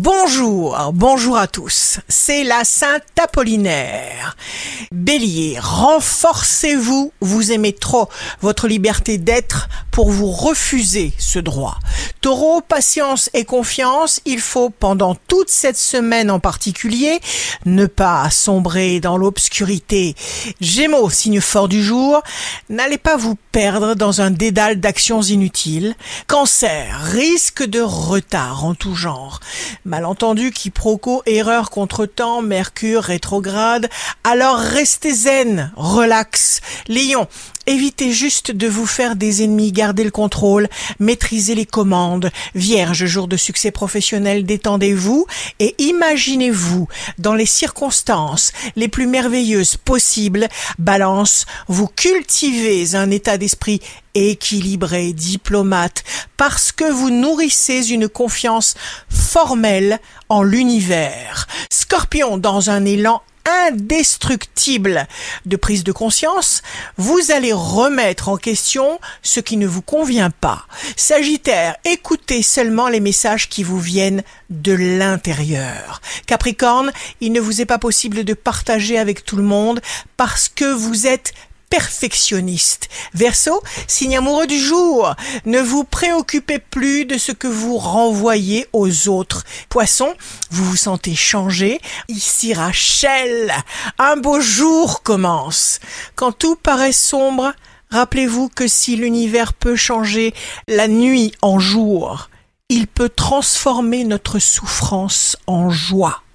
Bonjour à tous, c'est la Sainte Apollinaire. Bélier, renforcez-vous, vous aimez trop votre liberté d'être pour vous refuser ce droit. Taureau, patience et confiance, il faut pendant toute cette semaine en particulier ne pas sombrer dans l'obscurité. Gémeaux, signe fort du jour, n'allez pas vous perdre dans un dédale d'actions inutiles. Cancer, risque de retard en tout genre. Malentendu, quiproquo, erreur, contretemps, Mercure rétrograde, alors restez zen, relax. Lion, évitez juste de vous faire des ennemis, gardez le contrôle, maîtrisez les commandes. Vierge, jour de succès professionnel, détendez-vous et imaginez-vous dans les circonstances les plus merveilleuses possibles. Balance, vous cultivez un état d'esprit équilibré, diplomate, parce que vous nourrissez une confiance formelle en l'univers. Scorpion, dans un élan indestructible de prise de conscience, vous allez remettre en question ce qui ne vous convient pas. Sagittaire, écoutez seulement les messages qui vous viennent de l'intérieur. Capricorne, il ne vous est pas possible de partager avec tout le monde parce que vous êtes perfectionniste. Verseau, signe amoureux du jour, ne vous préoccupez plus de ce que vous renvoyez aux autres. Poisson, vous vous sentez changé. Ici Rachel, un beau jour commence. Quand tout paraît sombre, rappelez-vous que si l'univers peut changer la nuit en jour, il peut transformer notre souffrance en joie.